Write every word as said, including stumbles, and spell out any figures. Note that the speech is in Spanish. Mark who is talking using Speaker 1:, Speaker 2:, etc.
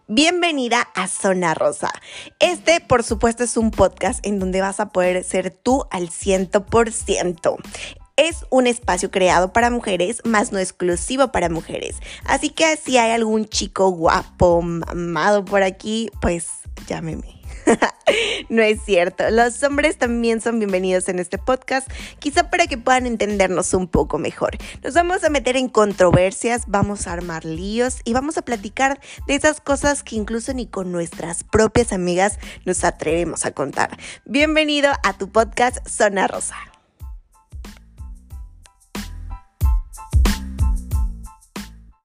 Speaker 1: Bienvenida a Zona Rosa. Este, por supuesto, es un podcast en donde vas a poder ser tú al cien por ciento. Es un espacio creado para mujeres, más no exclusivo para mujeres. Así que si hay algún chico guapo, mamado por aquí, pues llámeme. No es cierto, los hombres también son bienvenidos en este podcast, quizá para que puedan entendernos un poco mejor. Nos vamos a meter en controversias, vamos a armar líos y vamos a platicar de esas cosas que incluso ni con nuestras propias amigas nos atrevemos a contar. Bienvenido a tu podcast Zona Rosa.